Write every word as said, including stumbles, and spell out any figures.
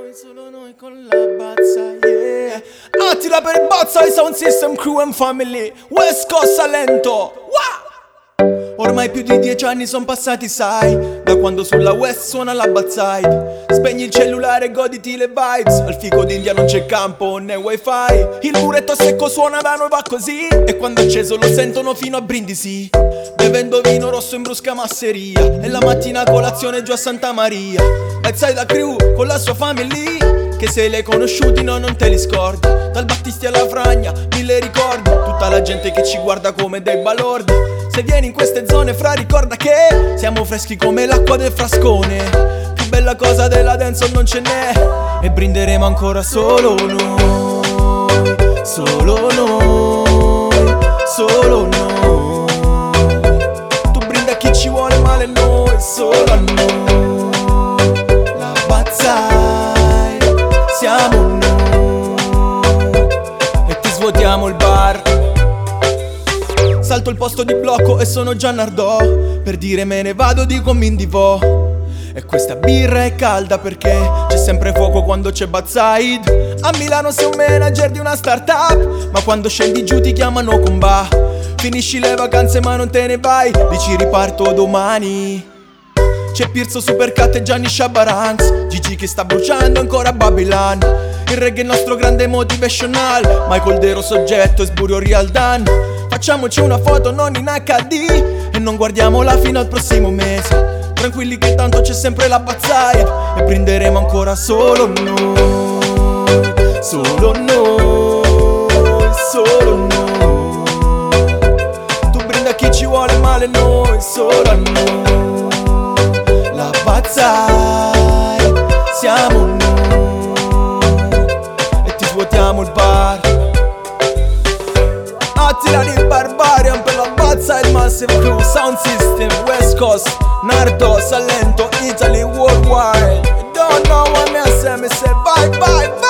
noi, solo noi con la bazza, yeah. Attila per il bazza, i Sound System Crew and Family, West Coast Salento, wow! Ormai più di dieci anni son passati, sai, da quando sulla West suona la backside. Spegni il cellulare e goditi le vibes. Al fico d'India non c'è campo né wifi. Il muretto a secco suona da noi, va così. E quando è acceso lo sentono fino a Brindisi. Bevendo vino rosso in brusca masseria. E la mattina colazione giù a Santa Maria. Backside a crew con la sua family, che se li hai conosciuti no non te li scordi. Dal Battisti alla Fragna, mille ricordi. Tutta la gente che ci guarda come dei balordi. Se vieni in queste zone fra ricorda che siamo freschi come l'acqua del frascone. Più bella cosa della dancehall non ce n'è. E brinderemo ancora solo noi, solo noi, solo noi. Tu brinda a chi ci vuole male, noi, solo a noi. La bazzai, siamo noi. E ti svuotiamo il bar. Salto il posto di blocco e sono già Nardò. Per dire me ne vado dico Mindivò. E questa birra è calda perché c'è sempre fuoco quando c'è backside. A Milano sei un manager di una startup, ma quando scendi giù ti chiamano comba. Finisci le vacanze ma non te ne vai, dici riparto domani. C'è Pirzo, Supercat e Gianni Shabaranks, Gigi che sta bruciando ancora Babylon. Il reggae è il nostro grande motivational, Michael Dero soggetto e Sburio Real Dan. Facciamoci una foto non in acca di e non guardiamola fino al prossimo mese. Tranquilli che tanto c'è sempre la backside. E brinderemo ancora solo noi, solo noi, solo noi. Tu brinda a chi ci vuole male, noi, solo a noi. La backside, siamo noi. E ti svuotiamo il bar. Attila di Barbarian per la bazza e il Massive Crew, Sound System, West Coast, Nardo, Salento, Italy, worldwide. You don't know what me I say, me say bye bye bye.